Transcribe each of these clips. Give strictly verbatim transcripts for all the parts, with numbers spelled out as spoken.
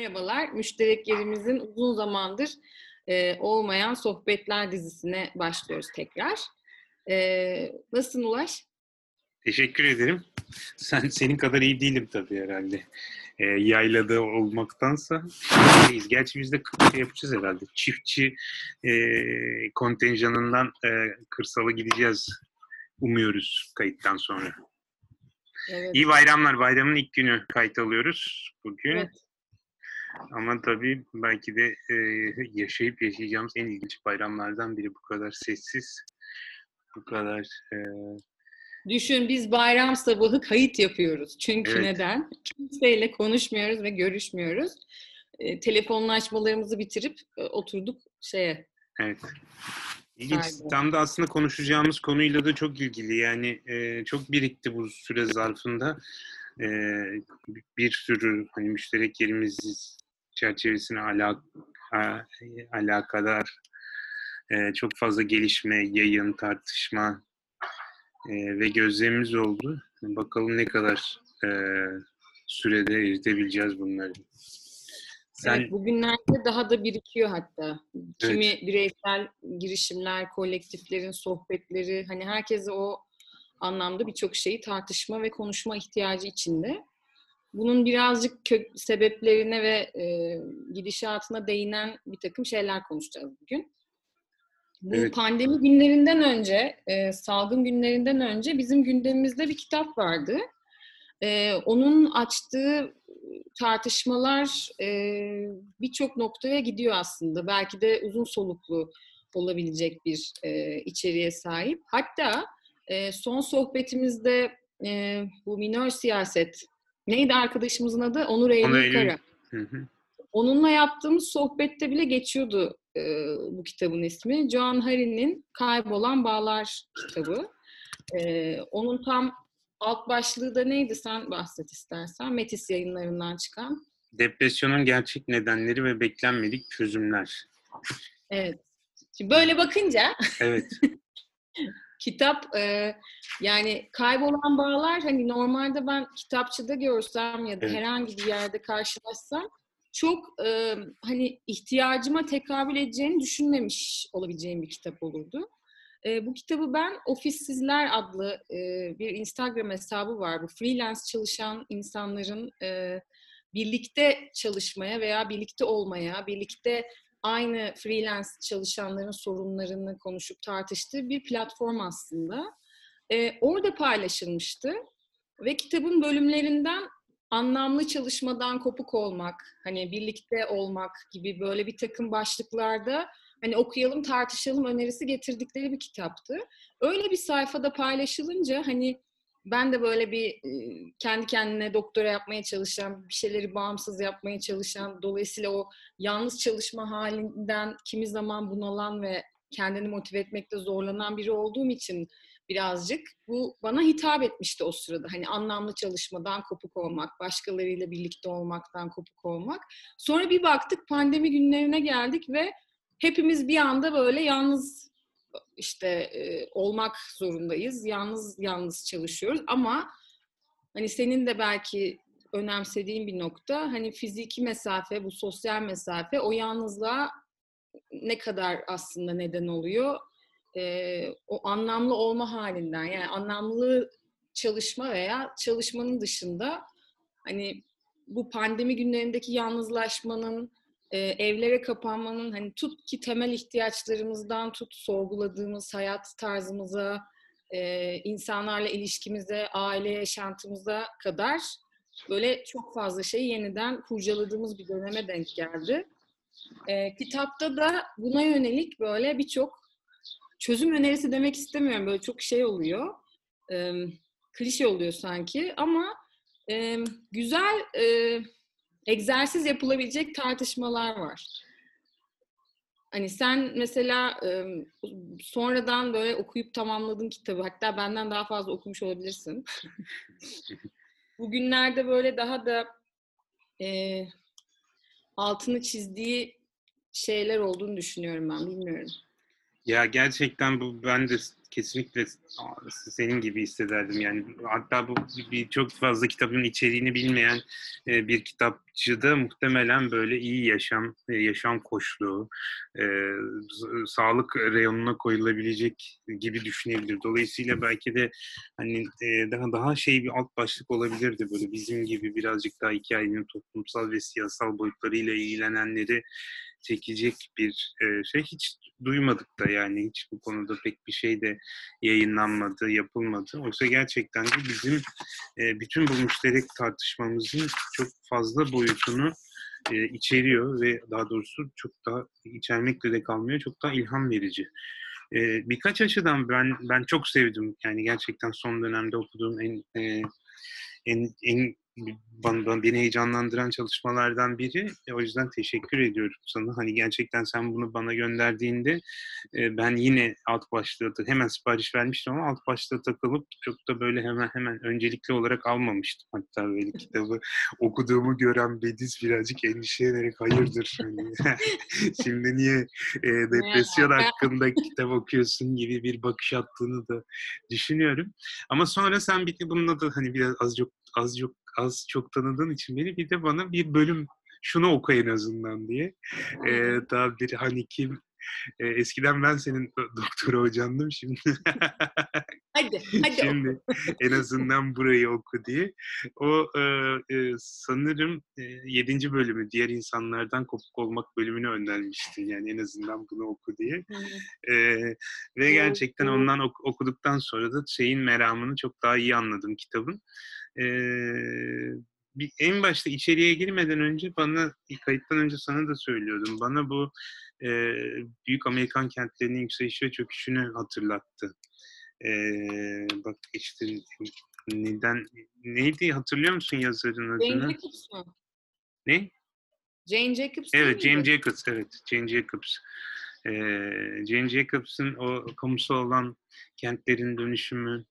Merhabalar, Müşterek Yerimizin uzun zamandır e, olmayan sohbetler dizisine başlıyoruz tekrar. E, nasılsın Ulaş? Teşekkür ederim. Sen senin kadar iyi değilim tabii herhalde. E, yaylada olmaktansa şeyiz. Gerçi biz de şey yapacağız herhalde. Çiftçi e, kontenjanından e, kırsala gideceğiz. Umuyoruz kayıttan sonra. Evet. İyi bayramlar. Bayramın ilk günü kayıt alıyoruz bugün. Evet. Ama tabii belki de e, yaşayıp yaşayacağımız en ilginç bayramlardan biri. Bu kadar sessiz, bu kadar... E, Düşün, biz bayram sabahı kayıt yapıyoruz. Çünkü evet. neden? Kimseyle konuşmuyoruz ve görüşmüyoruz. E, telefonlaşmalarımızı bitirip e, oturduk şeye. Evet. İlginç. Kaydı. Tam da aslında konuşacağımız konuyla da çok ilgili. Yani e, çok birikti bu süre zarfında. E, bir sürü hani müşterek yerimiz çerçevesine alak alakadar e, çok fazla gelişme, yayın, tartışma e, ve gözlemimiz oldu. Bakalım ne kadar e, sürede eritebileceğiz bunları. Sen... Evet, bugünlerde daha da birikiyor hatta. Kimi evet. bireysel girişimler, kolektiflerin sohbetleri, hani herkes o anlamda birçok şeyi tartışma ve konuşma ihtiyacı içinde. Bunun birazcık kök sebeplerine ve e, gidişatına değinen bir takım şeyler konuşacağız bugün. Bu Evet. pandemi günlerinden önce, e, salgın günlerinden önce bizim gündemimizde bir kitap vardı. E, onun açtığı tartışmalar e, birçok noktaya gidiyor aslında. Belki de uzun soluklu olabilecek bir e, içeriğe sahip. Hatta e, son sohbetimizde e, bu minör siyaset, neydi arkadaşımızın adı? Onur Eylül Kara. Hı hı. Onunla yaptığımız sohbette bile geçiyordu e, bu kitabın ismi. Joan Hari'nin Kaybolan Bağlar kitabı. E, onun tam alt başlığı da neydi? Sen bahset istersen. Metis yayınlarından çıkan. Depresyonun gerçek nedenleri ve beklenmedik çözümler. Evet. Şimdi böyle bakınca evet. kitap e, yani Kaybolan Bağlar, hani normalde ben kitapçıda görsem ya da evet. herhangi bir yerde karşılaşsam çok e, hani ihtiyacıma tekabül edeceğini düşünmemiş olabileceğim bir kitap olurdu. E, bu kitabı ben Ofissizler adlı e, bir Instagram hesabı var. Bu freelance çalışan insanların e, birlikte çalışmaya veya birlikte olmaya, birlikte aynı freelance çalışanların sorunlarını konuşup tartıştığı bir platform aslında. E, orada paylaşılmıştı ve kitabın bölümlerinden anlamlı çalışmadan kopuk olmak, hani birlikte olmak gibi böyle bir takım başlıklarda hani okuyalım, tartışalım önerisi getirdikleri bir kitaptı. Öyle bir sayfada paylaşılınca hani ben de böyle bir kendi kendine doktora yapmaya çalışan, bir şeyleri bağımsız yapmaya çalışan, dolayısıyla o yalnız çalışma halinden kimi zaman bunalan ve kendini motive etmekte zorlanan biri olduğum için birazcık bu bana hitap etmişti o sırada. Hani anlamlı çalışmadan kopuk olmak, başkalarıyla birlikte olmaktan kopuk olmak. Sonra bir baktık pandemi günlerine geldik ve hepimiz bir anda böyle yalnız işte e, olmak zorundayız. Yalnız yalnız çalışıyoruz ama hani senin de belki önemsediğin bir nokta, hani fiziki mesafe, bu sosyal mesafe o yalnızlığa ne kadar aslında neden oluyor? Ee, o anlamlı olma halinden, yani anlamlı çalışma veya çalışmanın dışında hani bu pandemi günlerindeki yalnızlaşmanın, e, evlere kapanmanın, hani tut ki temel ihtiyaçlarımızdan tut sorguladığımız hayat tarzımıza, e, insanlarla ilişkimize, aile yaşantımıza kadar böyle çok fazla şeyi yeniden kurcaladığımız bir döneme denk geldi. E, kitapta da buna yönelik böyle birçok çözüm önerisi demek istemiyorum. Böyle çok şey oluyor. E, klişe oluyor sanki ama e, güzel e, egzersiz yapılabilecek tartışmalar var. Hani sen mesela e, sonradan böyle okuyup tamamladın kitabı. Hatta benden daha fazla okumuş olabilirsin. Bugünlerde böyle daha da e, altını çizdiği şeyler olduğunu düşünüyorum ben. Bilmiyorum. Ya gerçekten bu ben de kesinlikle senin gibi hissederdim yani. Hatta bu bir çok fazla kitabın içeriğini bilmeyen e, bir kitapçıda muhtemelen böyle iyi yaşam, e, yaşam koçluğu, e, sağlık reyonuna koyulabilecek gibi düşünebilir. Dolayısıyla belki de hani e, daha daha şey bir alt başlık olabilirdi, böyle bizim gibi birazcık daha hikayenin toplumsal ve siyasal boyutlarıyla ilgilenenleri çekecek bir e, şey hiç duymadık da, yani hiç bu konuda pek bir şey de yayınlanmadı, yapılmadı. Oysa gerçekten de bizim e, bütün bu müşterek tartışmamızın çok fazla boyutunu e, içeriyor ve daha doğrusu çok daha içermekle de kalmıyor, çok daha ilham verici. E, birkaç açıdan ben ben çok sevdim. Yani gerçekten son dönemde okuduğum en e, en en bana, beni heyecanlandıran çalışmalardan biri. E, o yüzden teşekkür ediyorum sana. Hani gerçekten sen bunu bana gönderdiğinde e, ben yine alt başlığı hemen sipariş vermiştim ama alt başlığa takılıp çok da böyle hemen hemen öncelikli olarak almamıştım. Hatta böyle kitabı okuduğumu gören Bediz birazcık endişelenerek hayırdır hani şimdi niye e, depresyon hakkında kitap okuyorsun gibi bir bakış attığını da düşünüyorum. Ama sonra sen bir de bununla da hani biraz az çok az çok az çok tanıdığın için beni, bir de bana bir bölüm şunu oku en azından diye. Ee, daha bir hani kim e, eskiden ben senin doktor hocandım, şimdi hadi hadi şimdi oku. en azından burayı oku diye. O e, e, sanırım e, yedinci bölümü, diğer insanlardan kopuk olmak bölümünü önermişti. Yani en azından bunu oku diye. E, ve gerçekten ondan ok- okuduktan sonra da şeyin meramını çok daha iyi anladım kitabın. Ee, bir, en başta içeriye girmeden önce bana, kayıttan önce sana da söylüyordum. Bana bu e, büyük Amerikan kentlerinin yükselişi ve çöküşünü hatırlattı. Ee, bak işte neden, neydi hatırlıyor musun yazarın Jane adını? Jacobs mu? Ne? Jane Jacobs değil Evet, Jane miydi? Jacobs, evet. Jane Jacobs. Ee, Jane Jacobs'ın o kamusal olan kentlerin dönüşümü,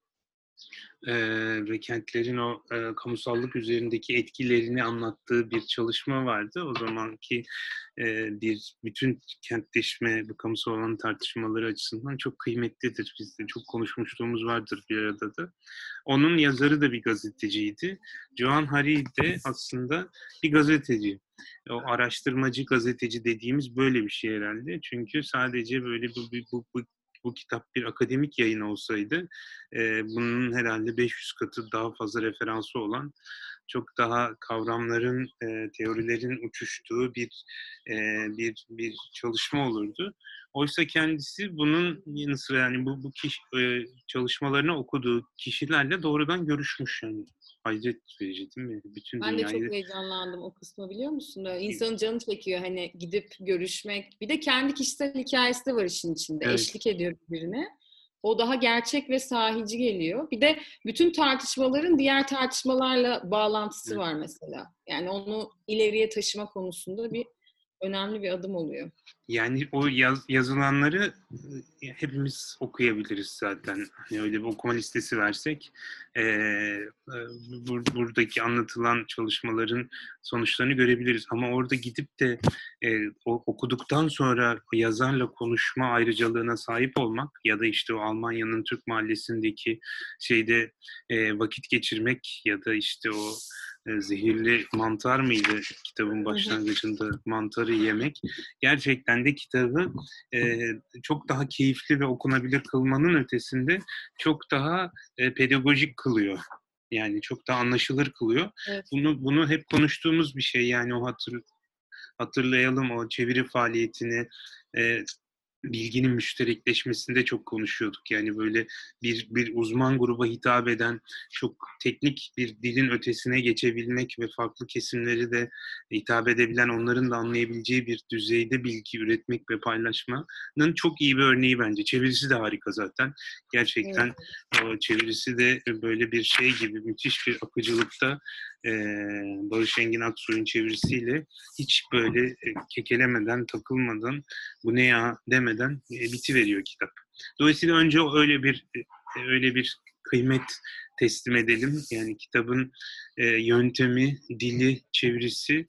e, ve kentlerin o e, kamusallık üzerindeki etkilerini anlattığı bir çalışma vardı. O zamanki e, bir bütün kentleşme, bu kamusal alan tartışmaları açısından çok kıymetlidir. Biz de çok konuşmuşluğumuz vardır bir arada da. Onun yazarı da bir gazeteciydi. Joan Hari de aslında bir gazeteci. O araştırmacı gazeteci dediğimiz böyle bir şey herhalde. Çünkü sadece böyle bu, bu, bu bu kitap bir akademik yayın olsaydı e, bunun herhalde beş yüz katı daha fazla referansı olan, çok daha kavramların, e, teorilerin uçuştuğu bir e, bir bir çalışma olurdu. Oysa kendisi bunun yanı sıra yani bu bu kişi, e, çalışmalarını okuduğu kişilerle doğrudan görüşmüş yani. Hayret verici değil mi? Bütün Ben de çok dünyayı. heyecanlandım o kısmı, biliyor musun? Böyle İnsanın canı çekiyor hani gidip görüşmek. Bir de kendi kişisel hikayesi de var işin içinde. Evet. Eşlik ediyor birine. O daha gerçek ve sahici geliyor. Bir de bütün tartışmaların diğer tartışmalarla bağlantısı Evet. var mesela. Yani onu ileriye taşıma konusunda bir önemli bir adım oluyor. Yani o yaz, yazılanları e, hepimiz okuyabiliriz zaten. Hani öyle bir okuma listesi versek e, e, bur, buradaki anlatılan çalışmaların sonuçlarını görebiliriz. Ama orada gidip de e, o, okuduktan sonra yazarla konuşma ayrıcalığına sahip olmak ya da işte o Almanya'nın Türk mahallesindeki şeyde e, vakit geçirmek ya da işte o e, zehirli mantar mıydı kitabın başlangıcında, mantarı yemek gerçekten de kitabı e, çok daha keyifli ve okunabilir kılmanın ötesinde çok daha e, pedagojik kılıyor. Yani çok daha anlaşılır kılıyor. Evet. Bunu bunu hep konuştuğumuz bir şey. Yani o hatır, hatırlayalım o çeviri faaliyetini, e, bilginin müşterekleşmesinde çok konuşuyorduk. Yani böyle bir bir uzman gruba hitap eden, çok teknik bir dilin ötesine geçebilmek ve farklı kesimleri de hitap edebilen, onların da anlayabileceği bir düzeyde bilgi üretmek ve paylaşmanın çok iyi bir örneği bence. Çevirisi de harika zaten. Gerçekten Evet. o çevirisi de böyle bir şey gibi müthiş bir akıcılıkta, e, Barış Engin Aksoy'un çevirisiyle hiç böyle e, kekelemeden, takılmadan, bu ne ya demeden e, bitiveriyor kitap. Dolayısıyla önce öyle bir e, öyle bir kıymet teslim edelim. Yani kitabın e, yöntemi, dili, çevirisi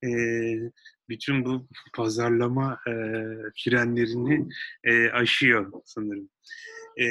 e, bütün bu pazarlama e, frenlerini e, aşıyor sanırım. E,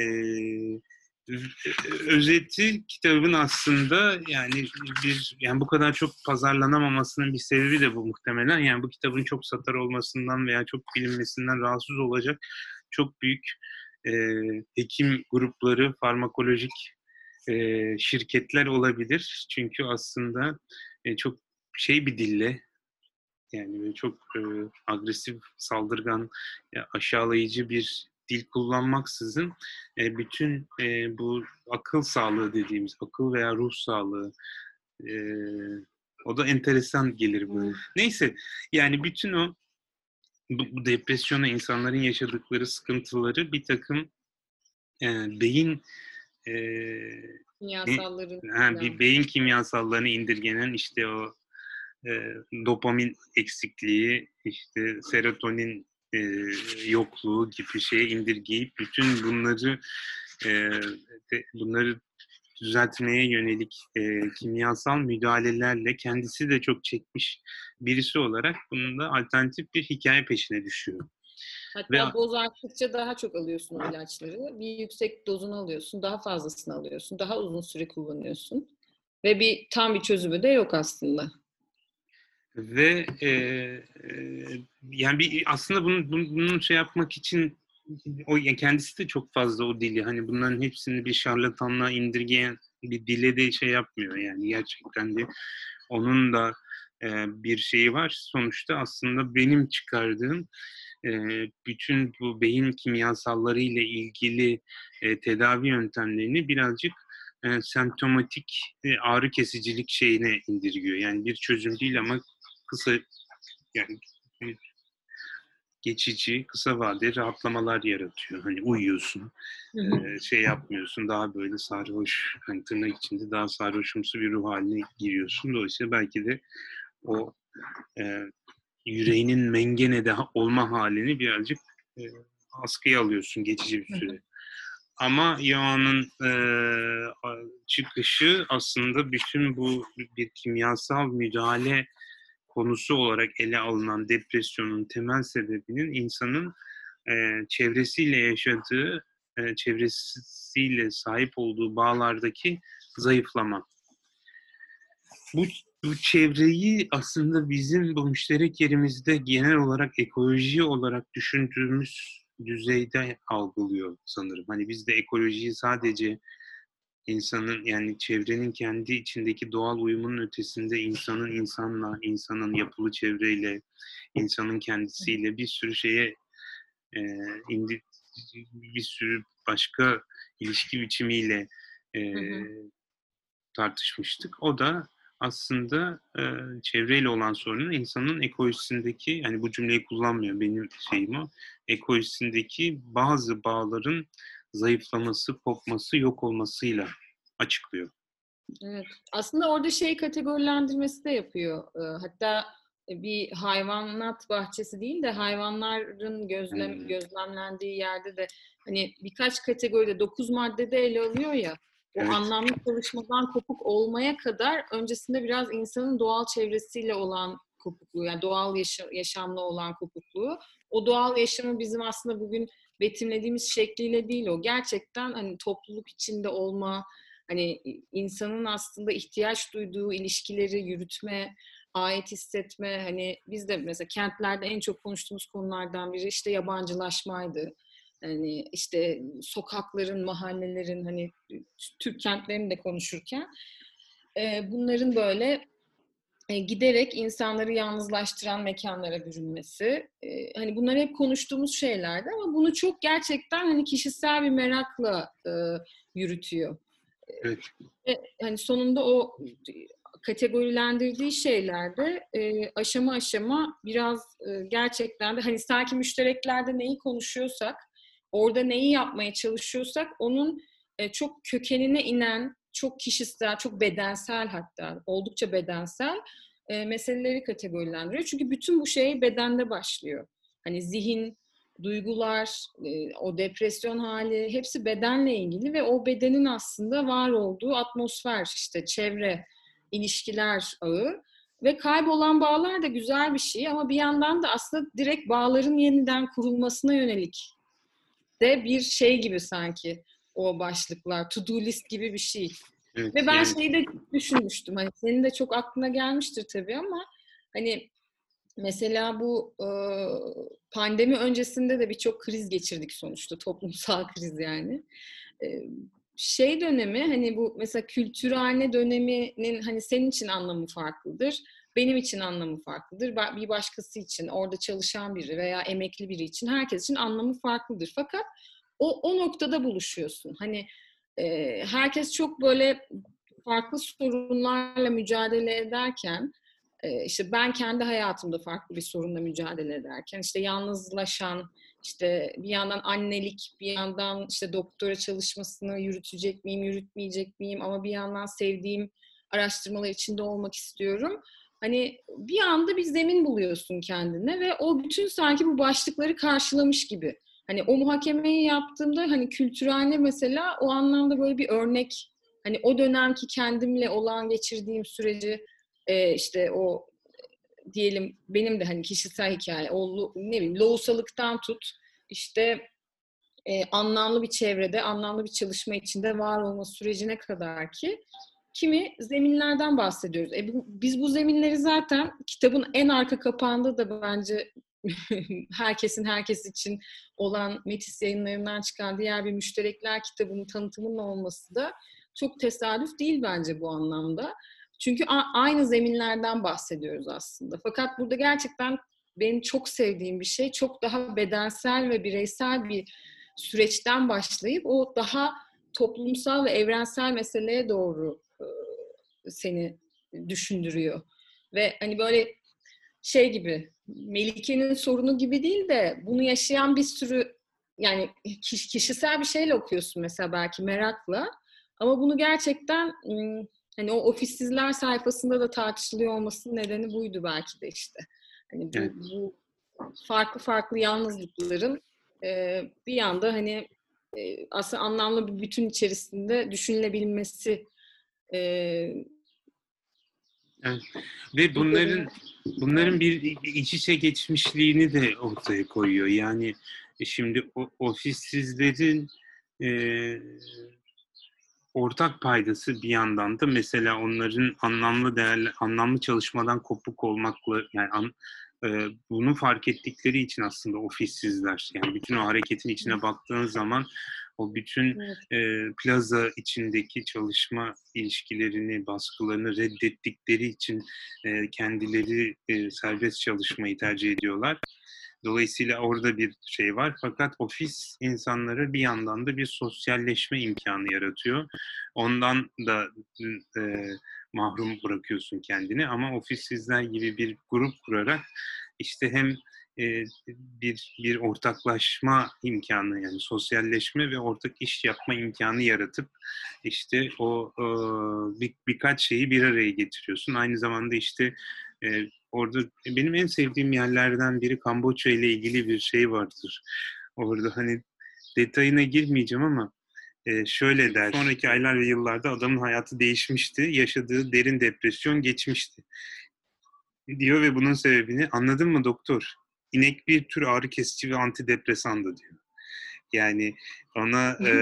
Özeti kitabın aslında yani bir yani bu kadar çok pazarlanamamasının bir sebebi de bu muhtemelen. Yani bu kitabın çok satar olmasından veya çok bilinmesinden rahatsız olacak çok büyük e, hekim grupları, farmakolojik e, şirketler olabilir. Çünkü aslında e, çok şey bir dille yani çok e, agresif, saldırgan, e, aşağılayıcı bir dil kullanmaksızın e, bütün e, bu akıl sağlığı dediğimiz, akıl veya ruh sağlığı e, o da enteresan gelir bu. Hmm. Neyse yani bütün o bu, bu depresyona insanların yaşadıkları sıkıntıları bir takım e, beyin e, kimyasalları ha, bir beyin kimyasallarını indirgenen işte o e, dopamin eksikliği, işte serotonin e, yokluğu gibi şeye indirgeyip bütün bunları e, de, bunları düzeltmeye yönelik e, kimyasal müdahalelerle kendisi de çok çekmiş birisi olarak bunun da alternatif bir hikaye peşine düşüyor. Hatta Ve, doz arttıkça daha çok alıyorsun o ilaçları. Bir yüksek dozunu alıyorsun, daha fazlasını alıyorsun, daha uzun süre kullanıyorsun. Ve bir tam bir çözümü de yok aslında. Ve e, e, yani bir aslında bunu, bunu, bunu şey yapmak için o yani kendisi de çok fazla o dili hani bunların hepsini bir şarlatanlığa indirgeyen bir dile de şey yapmıyor yani gerçekten de onun da e, bir şeyi var. Sonuçta aslında benim çıkardığım e, bütün bu beyin kimyasalları ile ilgili e, tedavi yöntemlerini birazcık e, semptomatik e, ağrı kesicilik şeyine indirgiyor. Yani bir çözüm değil ama kısa yani geçici, kısa vadeli rahatlamalar yaratıyor. Hani uyuyorsun, hı hı. E, şey yapmıyorsun, daha böyle sarhoş, hani tırnak içinde daha sarhoşumsu bir ruh haline giriyorsun. Dolayısıyla belki de o e, yüreğinin mengenede olma halini birazcık e, askıya alıyorsun geçici bir süre. Hı hı. Ama Yoğan'ın e, çıkışı aslında bütün bu bir kimyasal müdahale konusu olarak ele alınan depresyonun temel sebebinin insanın e, çevresiyle yaşadığı, e, çevresiyle sahip olduğu bağlardaki zayıflama. Bu, bu çevreyi aslında bizim bu müşterek yerimizde genel olarak ekoloji olarak düşündüğümüz düzeyde algılıyor sanırım. Hani biz de ekolojiyi sadece insanın yani çevrenin kendi içindeki doğal uyumunun ötesinde insanın insanla, insanın yapılı çevreyle, insanın kendisiyle bir sürü şeye e, indi, bir sürü başka ilişki biçimiyle e, hı hı. tartışmıştık. O da aslında e, çevreyle olan sorunun insanın ekolojisindeki, yani bu cümleyi kullanmıyor benim şeyim o, ekolojisindeki bazı bağların zayıflaması, kopması, yok olmasıyla açıklıyor. Evet. Aslında orada şey kategorilendirmesi de yapıyor. Hatta bir hayvanat bahçesi değil de hayvanların gözlem hmm. gözlemlendiği yerde de hani birkaç kategoride dokuz maddede ele alıyor ya. O evet. Anlamlı çalışmadan kopuk olmaya kadar öncesinde biraz insanın doğal çevresiyle olan kopukluğu, yani doğal yaşam, yaşamla olan kopukluğu. O doğal yaşamı bizim aslında bugün betimlediğimiz şekliyle değil o. Gerçekten hani topluluk içinde olma, hani insanın aslında ihtiyaç duyduğu ilişkileri yürütme, ait hissetme, hani biz de mesela kentlerde en çok konuştuğumuz konulardan biri işte yabancılaşmaydı. Hani işte sokakların, mahallelerin, hani Türk kentlerini de konuşurken bunların böyle giderek insanları yalnızlaştıran mekanlara bürünmesi. Hani bunlar hep konuştuğumuz şeylerdi ama bunu çok gerçekten hani kişisel bir merakla yürütüyor. Evet. Ve hani sonunda o kategorilendirdiği şeylerde e, aşama aşama biraz e, gerçekten de hani sanki müştereklerde neyi konuşuyorsak, orada neyi yapmaya çalışıyorsak onun e, çok kökenine inen, çok kişisel, çok bedensel, hatta oldukça bedensel e, meseleleri kategorilendiriyor. Çünkü bütün bu şey bedende başlıyor. Hani zihin, duygular, o depresyon hali hepsi bedenle ilgili ve o bedenin aslında var olduğu atmosfer, işte çevre, ilişkiler ağı Ve kaybolan bağlar da güzel bir şey ama bir yandan da aslında direkt bağların yeniden kurulmasına yönelik de bir şey gibi sanki o başlıklar. To do list gibi bir şey. Evet, Ve ben yani şeyi de düşünmüştüm. Hani senin de çok aklına gelmiştir tabii ama hani mesela bu e, pandemi öncesinde de birçok kriz geçirdik sonuçta. Toplumsal kriz yani. E, şey dönemi hani bu mesela kültürhane döneminin hani senin için anlamı farklıdır. Benim için anlamı farklıdır. Bir başkası için, orada çalışan biri veya emekli biri için herkes için anlamı farklıdır. Fakat o, o noktada buluşuyorsun. Hani e, herkes çok böyle farklı sorunlarla mücadele ederken işte ben kendi hayatımda farklı bir sorunla mücadele ederken işte yalnızlaşan, işte bir yandan annelik, bir yandan işte doktora çalışmasını yürütecek miyim, yürütmeyecek miyim ama bir yandan sevdiğim araştırmalar içinde olmak istiyorum. Hani bir anda bir zemin buluyorsun kendine ve o bütün sanki bu başlıkları karşılamış gibi. Hani o muhakemeyi yaptığımda hani kültürhane mesela o anlamda böyle bir örnek. Hani o dönemki kendimle olan geçirdiğim süreci e, işte o diyelim benim de hani kişisel hikaye, o ne bileyim lohusalıktan tut işte e, anlamlı bir çevrede, anlamlı bir çalışma içinde var olma sürecine kadar ki kimi zeminlerden bahsediyoruz. E, bu, biz bu zeminleri zaten kitabın en arka kapağında da bence herkesin herkes için olan Metis yayınlarından çıkan diğer bir müşterekler kitabının tanıtımının olması da çok tesadüf değil bence bu anlamda. Çünkü a- aynı zeminlerden bahsediyoruz aslında. Fakat burada gerçekten benim çok sevdiğim bir şey çok daha bedensel ve bireysel bir süreçten başlayıp o daha toplumsal ve evrensel meseleye doğru e, seni düşündürüyor. Ve hani böyle şey gibi Melike'nin sorunu gibi değil de bunu yaşayan bir sürü yani kişisel bir şeyle okuyorsun mesela belki merakla ama bunu gerçekten hani o ofissizler sayfasında da tartışılıyor olmasının nedeni buydu belki de işte. Hani bu, evet. bu farklı farklı yalnızlıkların e, bir yanda hani e, aslında anlamlı bir bütün içerisinde düşünülebilmesi e, Evet. Ve bunların bunların bir iç içe geçmişliğini de ortaya koyuyor. Yani şimdi o, ofissizlerin e, ortak paydası bir yandan da mesela onların anlamlı değerli anlamlı çalışmadan kopuk olmakla yani an, e, bunu fark ettikleri için aslında ofissizler. Yani bütün o hareketin içine baktığın zaman o bütün evet. e, plaza içindeki çalışma ilişkilerini, baskılarını reddettikleri için e, kendileri e, serbest çalışmayı tercih ediyorlar. Dolayısıyla orada bir şey var. Fakat ofis insanları bir yandan da bir sosyalleşme imkanı yaratıyor. Ondan da e, mahrum bırakıyorsun kendini. Ama ofissizler gibi bir grup kurarak işte hem e, bir bir ortaklaşma imkanı yani sosyalleşme ve ortak iş yapma imkanı yaratıp işte o e, bir, birkaç şeyi bir araya getiriyorsun. Aynı zamanda işte e, orada benim en sevdiğim yerlerden biri Kamboçya ile ilgili bir şey vardır. Orada hani detayına girmeyeceğim ama e, şöyle der. Sonraki aylar ve yıllarda adamın hayatı değişmişti. Yaşadığı derin depresyon geçmişti. Diyor ve bunun sebebini anladın mı doktor? İnek bir tür ağrı kesici ve antidepresandı diyor. Yani ona e,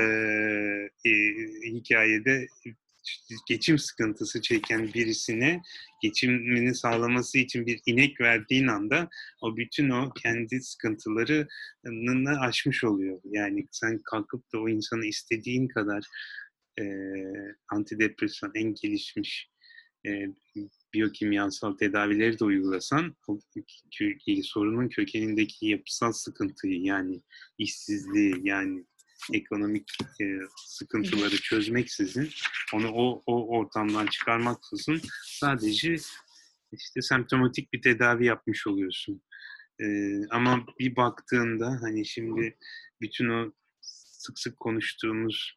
e, hikayede geçim sıkıntısı çeken birisine geçimini sağlaması için bir inek verdiğin anda o bütün o kendi sıkıntılarını aşmış oluyor. Yani sen kalkıp da o insanı istediğin kadar e, antidepresan en gelişmiş e, biyokimyasal tedavileri de uygulasan o kö- sorunun kökenindeki yapısal sıkıntıyı yani işsizliği yani ekonomik e, sıkıntıları çözmeksizin onu o, o ortamdan çıkarmaksızın sadece işte semptomatik bir tedavi yapmış oluyorsun. E, ama bir baktığında hani şimdi bütün o sık sık konuştuğumuz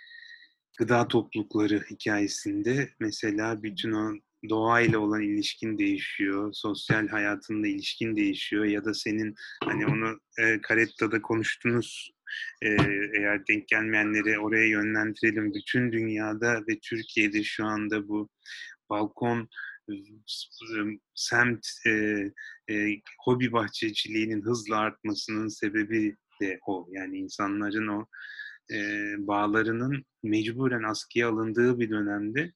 gıda toplulukları hikayesinde mesela bütün o doğayla olan ilişkin değişiyor, sosyal hayatınla ilişkin değişiyor ya da senin hani onu e, Karetta'da konuştunuz e, eğer denk gelmeyenleri oraya yönlendirelim. Bütün dünyada ve Türkiye'de şu anda bu balkon semt e, e, hobi bahçeciliğinin hızla artmasının sebebi de o. Yani insanların o e, bağlarının mecburen askıya alındığı bir dönemde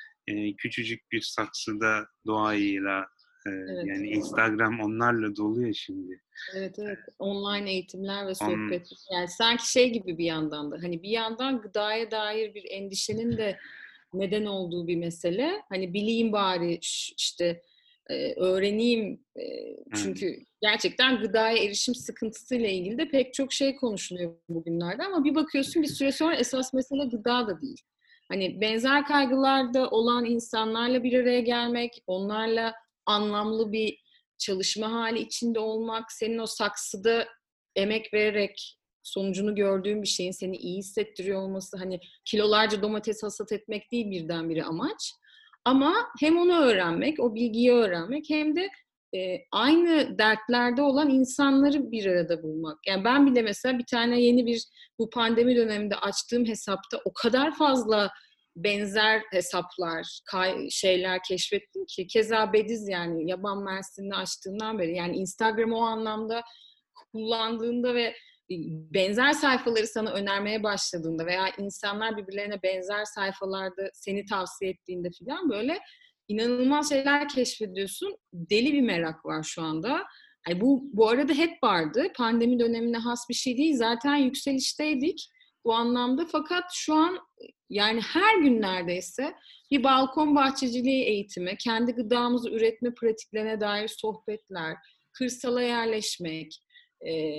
e, küçücük bir saksıda doğayla e, Evet. yani Instagram onlarla dolu ya şimdi. Evet evet. Online eğitimler ve On, sohbetler. Yani sanki şey gibi bir yandan da. Hani bir yandan gıdaya dair bir endişenin de neden olduğu bir mesele. Hani bileyim bari işte e, öğreneyim. E, çünkü gerçekten gıdaya erişim sıkıntısıyla ilgili de pek çok şey konuşuluyor bugünlerde. Ama bir bakıyorsun bir süre sonra esas mesele gıda da değil. Hani benzer kaygılarda olan insanlarla bir araya gelmek, onlarla anlamlı bir çalışma hali içinde olmak, senin o saksıda emek vererek sonucunu gördüğün bir şeyin seni iyi hissettiriyor olması, hani kilolarca domates hasat etmek değil birdenbire amaç. Ama hem onu öğrenmek, o bilgiyi öğrenmek hem de e, aynı dertlerde olan insanları bir arada bulmak. Yani ben bile mesela bir tane yeni bir bu pandemi döneminde açtığım hesapta o kadar fazla benzer hesaplar, kay- şeyler keşfettim ki. Keza Bediz yani yaban mersinini açtığından beri. Yani Instagram o anlamda kullandığında ve benzer sayfaları sana önermeye başladığında veya insanlar birbirlerine benzer sayfalarda seni tavsiye ettiğinde falan böyle inanılmaz şeyler keşfediyorsun. Deli bir merak var şu anda. Yani bu bu arada hep vardı. Pandemi dönemine has bir şey değil. Zaten yükselişteydik bu anlamda. Fakat şu an yani her gün neredeyse bir balkon bahçeciliği eğitimi, kendi gıdamızı üretme pratiklerine dair sohbetler, kırsala yerleşmek, e,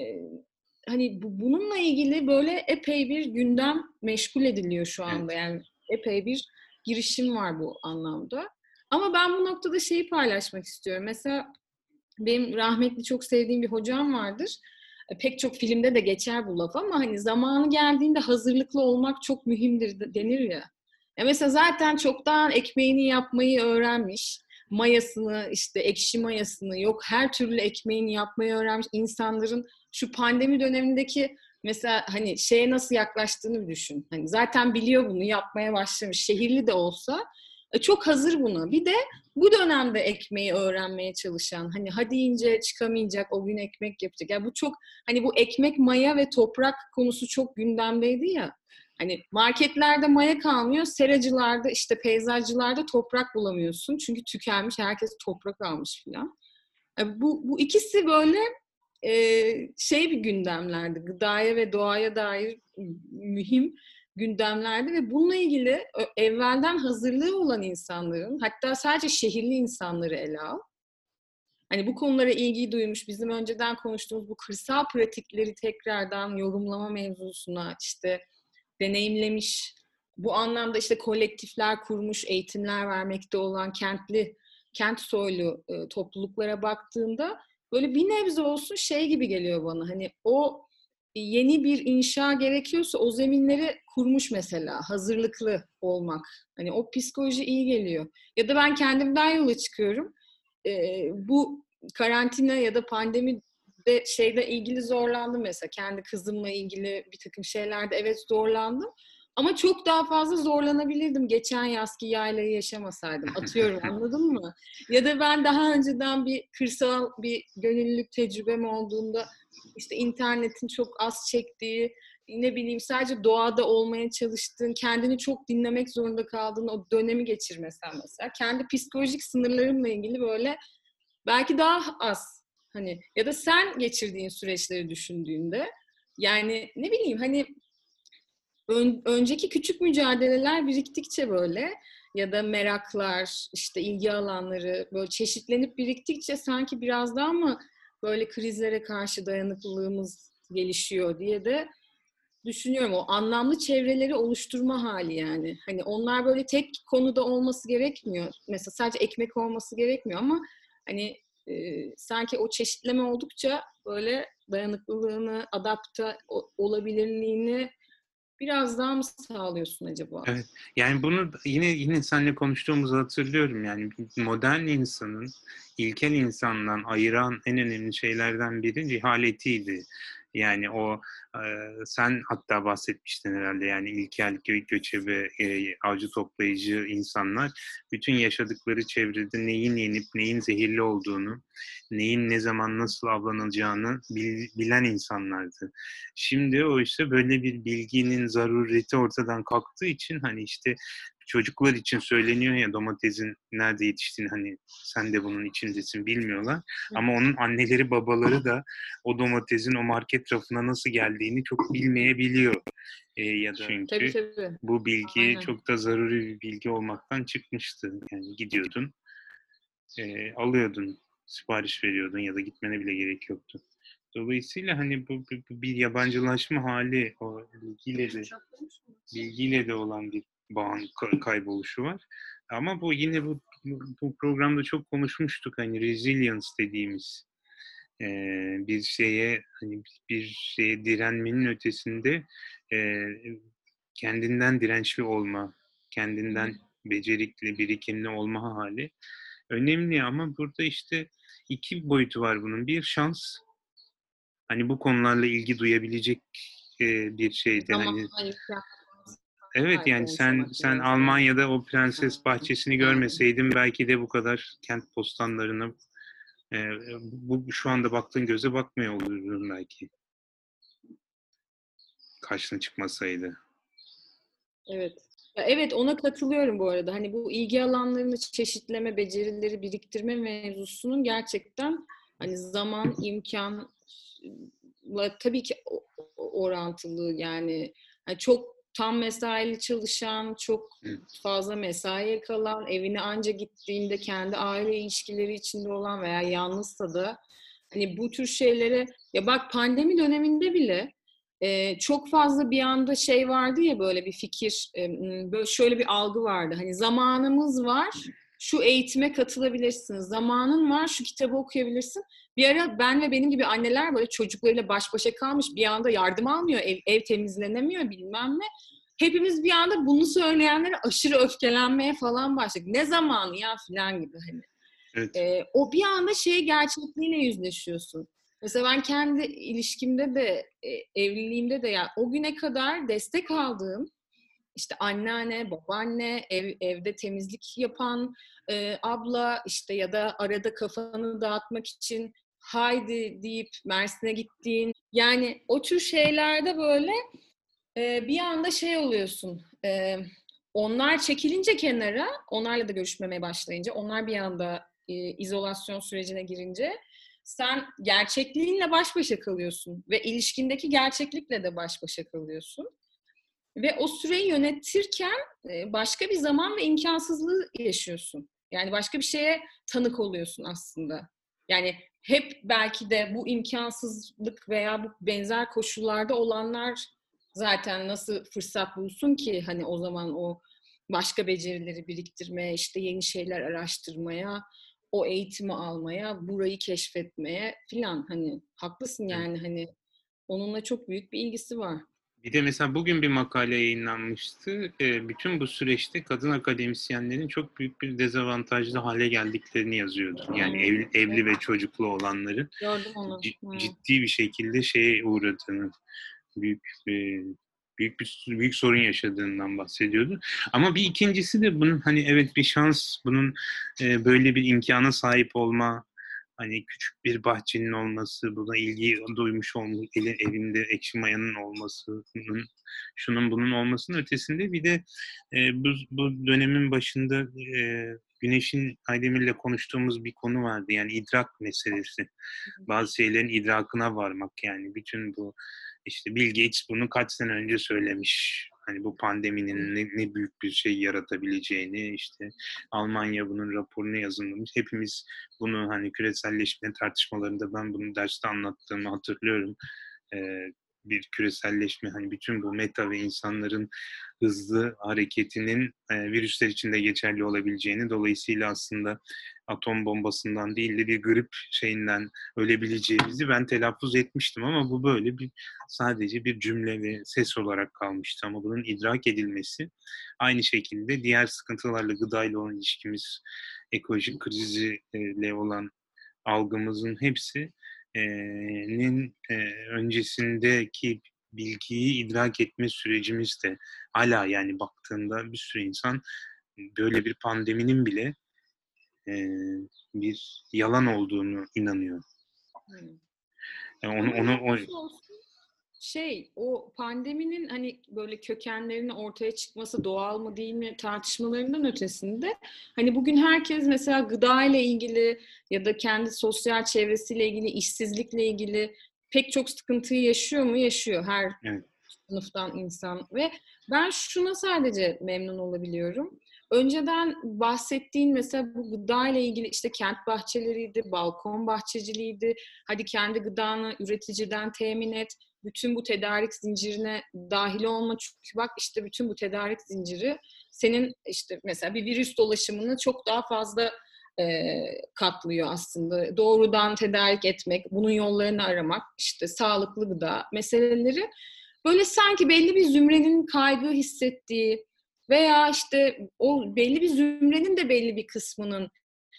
hani bu, bununla ilgili böyle epey bir gündem meşgul ediliyor şu anda. evet. Yani epey bir girişim var bu anlamda. Ama ben bu noktada şeyi paylaşmak istiyorum. Mesela benim rahmetli çok sevdiğim bir hocam vardır. Pek çok filmde de geçer bu laf ama hani zamanı geldiğinde hazırlıklı olmak çok mühimdir denir ya. E mesela zaten çoktan ekmeğini yapmayı öğrenmiş, mayasını işte ekşi mayasını yok her türlü ekmeğini yapmayı öğrenmiş insanların şu pandemi dönemindeki mesela hani şeye nasıl yaklaştığını bir düşün. Hani zaten biliyor bunu yapmaya başlamış şehirli de olsa e, çok hazır buna. Bir de bu dönemde ekmeği öğrenmeye çalışan, hani hadi ince çıkamayacak, o gün ekmek yapacak. Yani bu çok, hani bu ekmek, maya ve toprak konusu çok gündemdeydi ya. Hani marketlerde maya kalmıyor, seracılarda, işte peyzajcılarda toprak bulamıyorsun. Çünkü tükenmiş, herkes toprak almış filan. Yani bu, bu ikisi böyle e, şey bir gündemlerdi. Gıdaya ve doğaya dair mühim gündemlerde ve bununla ilgili evvelden hazırlığı olan insanların, hatta sadece şehirli insanları ele al. Hani bu konulara ilgi duymuş, bizim önceden konuştuğumuz bu kırsal pratikleri tekrardan yorumlama mevzusuna işte deneyimlemiş, bu anlamda işte kolektifler kurmuş, eğitimler vermekte olan kentli, kent soylu e, topluluklara baktığında böyle bir nebze olsun şey gibi geliyor bana. Hani o yeni bir inşa gerekiyorsa o zeminleri kurmuş mesela, hazırlıklı olmak. Hani o psikoloji iyi geliyor. Ya da ben kendimden yola çıkıyorum. E, bu karantina ya da pandemi de şeyle ilgili zorlandım mesela. Kendi kızımla ilgili bir takım şeylerde evet zorlandım. Ama çok daha fazla zorlanabilirdim geçen yazki yaylayı yaşamasaydım. Atıyorum, anladın mı? Ya da ben daha önceden bir kırsal bir gönüllülük tecrübem olduğunda işte internetin çok az çektiği, ne bileyim sadece doğada olmaya çalıştığın, kendini çok dinlemek zorunda kaldığın o dönemi geçirmesen mesela. Kendi psikolojik sınırlarımla ilgili böyle belki daha az, hani ya da sen geçirdiğin süreçleri düşündüğünde yani ne bileyim hani ön, önceki küçük mücadeleler biriktikçe böyle ya da meraklar, işte ilgi alanları böyle çeşitlenip biriktikçe sanki biraz daha mı böyle krizlere karşı dayanıklılığımız gelişiyor diye de düşünüyorum. O anlamlı çevreleri oluşturma hali yani. Hani onlar böyle tek konuda olması gerekmiyor. Mesela sadece ekmek olması gerekmiyor ama hani e, sanki o çeşitleme oldukça böyle dayanıklılığını, adapte olabilirliğini biraz daha mı sağlıyorsun acaba? Evet. Yani bunu yine yine seninle konuştuğumuzu hatırlıyorum. Yani modern insanın ilkel insandan ayıran en önemli şeylerden biri cehaletiydi. Yani o e, sen hatta bahsetmiştin herhalde, yani ilkel gö- göçebe, e, avcı toplayıcı insanlar bütün yaşadıkları çevrede neyin yenip neyin zehirli olduğunu, neyin ne zaman nasıl avlanacağını bil- bilen insanlardı. Şimdi oysa böyle bir bilginin zarureti ortadan kalktığı için hani işte çocuklar için söyleniyor ya, domatesin nerede yetiştiğini hani sen de bunun içindesin bilmiyorlar. Ama onun anneleri babaları da o domatesin o market rafına nasıl geldiğini çok bilmeyebiliyor. Ee, ya da Tabii çünkü tabii. bu bilgi Aynen. çok da zaruri bir bilgi olmaktan çıkmıştı. Yani gidiyordun, e, alıyordun, sipariş veriyordun ya da gitmene bile gerek yoktu. Dolayısıyla hani bu, bu, bu bir yabancılaşma hali, o bilgiyle de bilgiyle de olan bir bağın kayboluşu var. Ama bu yine bu, bu programda çok konuşmuştuk, hani resilience dediğimiz e, bir şeye, hani bir şeye direnmenin ötesinde e, kendinden dirençli olma, kendinden becerikli, birikimli olma hali önemli. Ama burada işte iki boyutu var bunun. Bir, şans. Hani bu konularla ilgi duyabilecek e, bir şeydi. Zamana Hani imkan evet, sahip yani olmuş sen olmak sen lazım yani. Almanya'da o prenses bahçesini Yani. görmeseydin belki de bu kadar kent postanlarına e, bu şu anda baktığın göze bakmıyor olurdun belki. Karşına çıkmasaydı. Evet. Ya evet, ona katılıyorum bu arada. Hani bu ilgi alanlarını çeşitleme, becerileri biriktirme mevzusunun gerçekten hani zaman, imkanla tabii ki orantılı yani. Hani çok tam mesaili çalışan, çok fazla mesaiye kalan, evine anca gittiğinde kendi aile ilişkileri içinde olan veya yalnızsa da hani bu tür şeylere, ya bak pandemi döneminde bile ee, çok fazla bir anda şey vardı ya, böyle bir fikir, e, böyle şöyle bir algı vardı. Hani zamanımız var, şu eğitime katılabilirsin. Zamanın var, şu kitabı okuyabilirsin. Bir ara ben ve benim gibi anneler böyle çocuklarıyla baş başa kalmış, bir anda yardım almıyor, ev, ev temizlenemiyor bilmem ne. Hepimiz bir anda bunu söyleyenlere aşırı öfkelenmeye falan başladık. Ne zamanı ya falan gibi hani. Evet. Ee, o bir anda şey gerçekliğiyle yüzleşiyorsun. Mesela ben kendi ilişkimde de, e, evliliğimde de, yani o güne kadar destek aldığım işte anneanne, babaanne, ev, evde temizlik yapan e, abla, işte ya da arada kafanı dağıtmak için haydi deyip Mersin'e gittiğin, yani o tür şeylerde böyle e, bir anda şey oluyorsun. E, onlar çekilince kenara, onlarla da görüşmemeye başlayınca, onlar bir anda e, izolasyon sürecine girince sen gerçekliğinle baş başa kalıyorsun ve ilişkindeki gerçeklikle de baş başa kalıyorsun. Ve o süreyi yönetirken e, başka bir zaman ve imkansızlığı yaşıyorsun. Yani başka bir şeye tanık oluyorsun aslında. Yani hep belki de bu imkansızlık veya bu benzer koşullarda olanlar zaten nasıl fırsat bulsun ki hani o zaman o başka becerileri biriktirmeye, işte yeni şeyler araştırmaya, o eğitimi almaya, burayı keşfetmeye filan. Hani haklısın Evet. yani, hani onunla çok büyük bir ilgisi var. Bir de mesela bugün bir makale yayınlanmıştı. E, bütün bu süreçte kadın akademisyenlerin çok büyük bir dezavantajlı hale geldiklerini yazıyordu. Yani Hmm. evli, evli ve çocuklu olanların Gördüm onu. Hmm. ciddi bir şekilde şeye uğradığını, büyük e, büyük bir büyük sorun yaşadığından bahsediyordu. Ama bir ikincisi de bunun, hani evet, bir şans, bunun e, böyle bir imkana sahip olma, hani küçük bir bahçenin olması, buna ilgi duymuş olması, evinde ekşi mayanın olması, bunun, şunun bunun olmasının ötesinde bir de e, bu, bu dönemin başında e, Güneş'in Aydemir'le konuştuğumuz bir konu vardı. Yani idrak meselesi. Bazı şeylerin idrakına varmak, yani bütün bu işte Bill Gates bunu kaç sene önce söylemiş. Hani bu pandeminin ne, ne büyük bir şey yaratabileceğini, işte Almanya bunun raporunu yazılmış. Hepimiz bunu, hani küreselleşme tartışmalarında ben bunu derste anlattığımı hatırlıyorum. Ee, bir küreselleşme, hani bütün bu meta ve insanların hızlı hareketinin e, virüsler için de geçerli olabileceğini, dolayısıyla aslında atom bombasından değil de bir grip şeyinden ölebileceğimizi ben telaffuz etmiştim, ama bu böyle bir sadece bir cümle ve ses olarak kalmıştı. Ama bunun idrak edilmesi, aynı şekilde diğer sıkıntılarla, gıdayla olan ilişkimiz, ekolojik krizle olan algımızın hepsi öncesindeki bilgiyi idrak etme sürecimiz de hala, yani baktığında bir sürü insan böyle bir pandeminin bile e, bir yalan olduğunu inanıyor. Hmm. Yani onu, onu, o, şey, o pandeminin hani böyle kökenlerinin ortaya çıkması doğal mı değil mi tartışmalarından ötesinde hani bugün herkes mesela gıda ile ilgili ya da kendi sosyal çevresiyle ilgili, işsizlikle ilgili pek çok sıkıntıyı yaşıyor mu? Yaşıyor her evet. sınıftan insan ve ben şuna sadece memnun olabiliyorum. Önceden bahsettiğin mesela bu gıda ile ilgili işte kent bahçeleriydi, balkon bahçeciliğiydi. Hadi kendi gıdanı üreticiden temin et. Bütün bu tedarik zincirine dahil olma. Çünkü bak işte bütün bu tedarik zinciri senin işte mesela bir virüs dolaşımını çok daha fazla e, katlıyor aslında. Doğrudan tedarik etmek, bunun yollarını aramak, işte sağlıklı gıda meseleleri böyle sanki belli bir zümrenin kaygı hissettiği veya işte o belli bir zümrenin de belli bir kısmının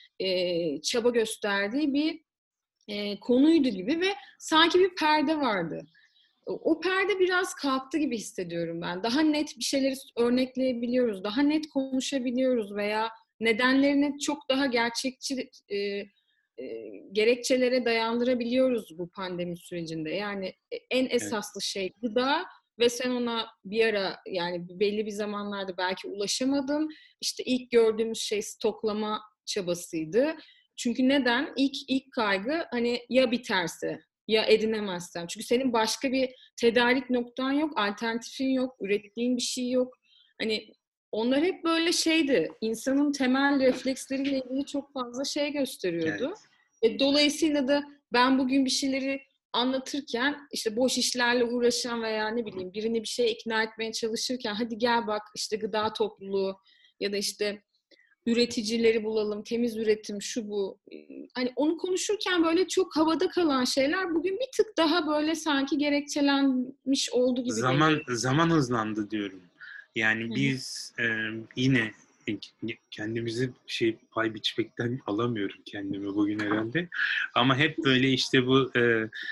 e, çaba gösterdiği bir e, konuydu gibi ve sanki bir perde vardı. O perde biraz kalktı gibi hissediyorum ben. Daha net bir şeyleri örnekleyebiliyoruz, daha net konuşabiliyoruz veya nedenlerini çok daha gerçekçi e, e, gerekçelere dayandırabiliyoruz bu pandemi sürecinde. Yani en esaslı şey gıda ve sen ona bir ara yani belli bir zamanlarda belki ulaşamadın. İşte ilk gördüğümüz şey stoklama çabasıydı. Çünkü neden? İlk ilk kaygı hani ya biterse ya edinemezsem. Çünkü senin başka bir tedarik noktan yok, alternatifin yok, ürettiğin bir şey yok. Hani onlar hep böyle şeydi. İnsanın temel refleksleriyle ilgili çok fazla şey gösteriyordu. Evet. E, dolayısıyla da ben bugün bir şeyleri anlatırken işte boş işlerle uğraşan veya ne bileyim birini bir şeye ikna etmeye çalışırken hadi gel bak işte gıda topluluğu ya da işte üreticileri bulalım, temiz üretim, şu bu. Hani onu konuşurken böyle çok havada kalan şeyler bugün bir tık daha böyle sanki gerekçelenmiş oldu gibi Zaman geliyor. zaman hızlandı diyorum. Yani Hı hı. biz e, yine kendimizi şey pay biçmekten alamıyorum kendimi bugün herhalde. Ama hep böyle işte bu e,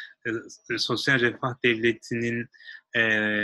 e, sosyal refah devletinin e,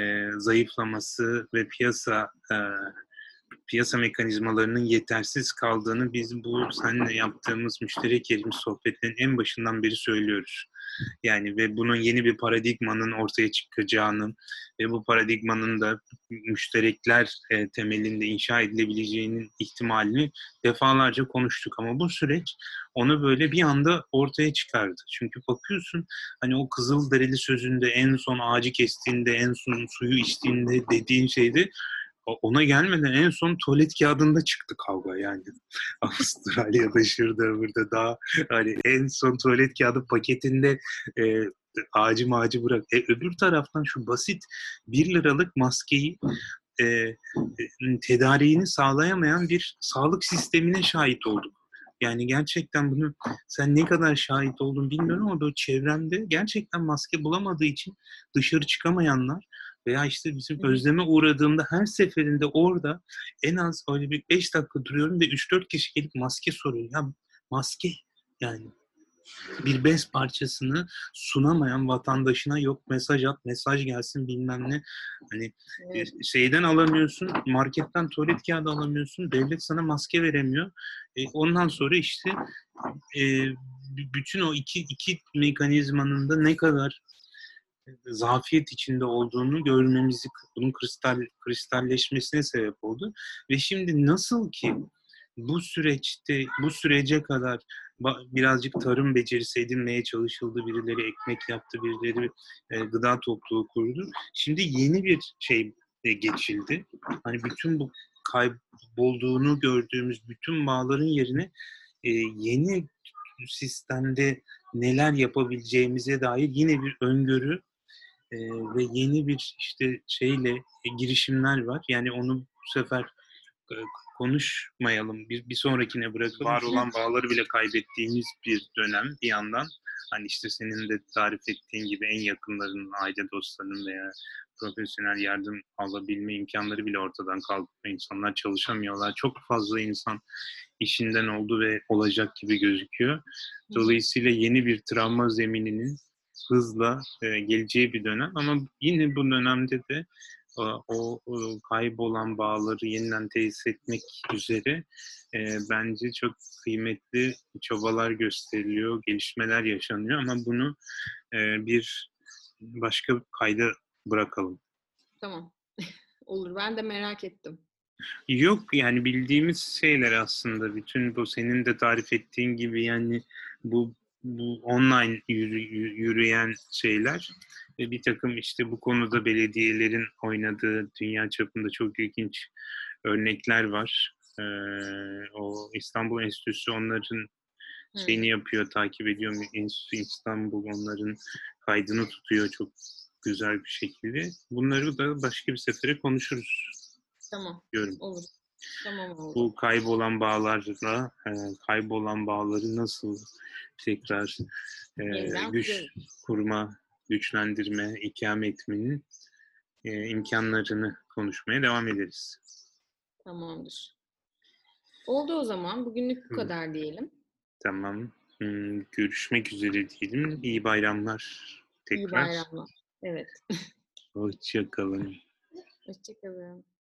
zayıflaması ve piyasa e, piyasa mekanizmalarının yetersiz kaldığını biz bu seninle yaptığımız müşterek yerimiz sohbetlerin en başından beri söylüyoruz. Yani ve bunun yeni bir paradigmanın ortaya çıkacağını ve bu paradigmanın da müşterekler e, temelinde inşa edilebileceğinin ihtimalini defalarca konuştuk ama bu süreç onu böyle bir anda ortaya çıkardı. Çünkü bakıyorsun hani o Kızılderili sözünde en son ağacı kestiğinde, en son suyu içtiğinde dediğin şeyde ona gelmeden en son tuvalet kağıdında çıktı kavga yani. Avustralya'da şurada burada daha hani en son tuvalet kağıdı paketinde e, ağacı mağacı bırak. E, öbür taraftan şu basit bir liralık maskeyi e, e, tedariğini sağlayamayan bir sağlık sistemine şahit olduk. Yani gerçekten bunu sen ne kadar şahit oldun bilmiyorum ama böyle çevremde gerçekten maske bulamadığı için dışarı çıkamayanlar veya işte bizim özleme uğradığımda her seferinde orada en az öyle bir beş dakika duruyorum ve üç dört kişi gelip maske soruyor. Ya maske yani bir bez parçasını sunamayan vatandaşına yok mesaj at, mesaj gelsin bilmem ne. Hani Evet. şeyden alamıyorsun, marketten tuvalet kağıdı alamıyorsun, devlet sana maske veremiyor. E, ondan sonra işte e, bütün o iki, iki mekanizmanın da ne kadar zafiyet içinde olduğunu görmemizi, bunun kristal kristalleşmesine sebep oldu. Ve şimdi nasıl ki bu süreçte, bu sürece kadar birazcık tarım becerisi edinmeye çalışıldı, birileri ekmek yaptı, birileri e, gıda topluluğu kurdu. Şimdi yeni bir şey e, geçildi. Hani bütün bu kaybolduğunu gördüğümüz bütün bağların yerine e, yeni sistemde neler yapabileceğimize dair yine bir öngörü e, ve yeni bir işte şeyle e, girişimler var. Yani onu bu sefer e, konuşmayalım. Bir, bir sonrakine bırakalım. Var olan bağları bile kaybettiğimiz bir dönem bir yandan. Hani işte senin de tarif ettiğin gibi en yakınlarının, aile dostlarının veya profesyonel yardım alabilme imkanları bile ortadan kalktı. İnsanlar çalışamıyorlar. Çok fazla insan işinden oldu ve olacak gibi gözüküyor. Hı hı. Dolayısıyla yeni bir travma zemininin hızla e, geleceği bir dönem ama yine bu dönemde de o, o, o kaybolan bağları yeniden tesis etmek üzere e, bence çok kıymetli çabalar gösteriliyor, gelişmeler yaşanıyor ama bunu e, bir başka kayda bırakalım. Tamam. Olur. Ben de merak ettim. Yok yani bildiğimiz şeyler aslında bütün bu senin de tarif ettiğin gibi yani bu bu online yürü, yürüyen şeyler ve bir takım işte bu konuda belediyelerin oynadığı dünya çapında çok ilginç örnekler var. Ee, o İstanbul Enstitüsü onların Hı. şeyini yapıyor, takip ediyor. Enstitü İstanbul onların kaydını tutuyor çok güzel bir şekilde. Bunları da başka bir sefere konuşuruz Tamam. diyorum. Olur. Tamam oldu. Bu kaybolan bağlarla e, kaybolan bağları nasıl tekrar e, Yeniden güç kurarız. kurma, güçlendirme, ikame etmenin e, imkanlarını konuşmaya devam ederiz. Tamamdır. Oldu o zaman. Bugünlük bu Hı, kadar diyelim. tamam. Hmm, görüşmek üzere diyelim. İyi bayramlar İyi tekrar. bayramlar. Evet. Hoşça kalın. Hoşça kalın.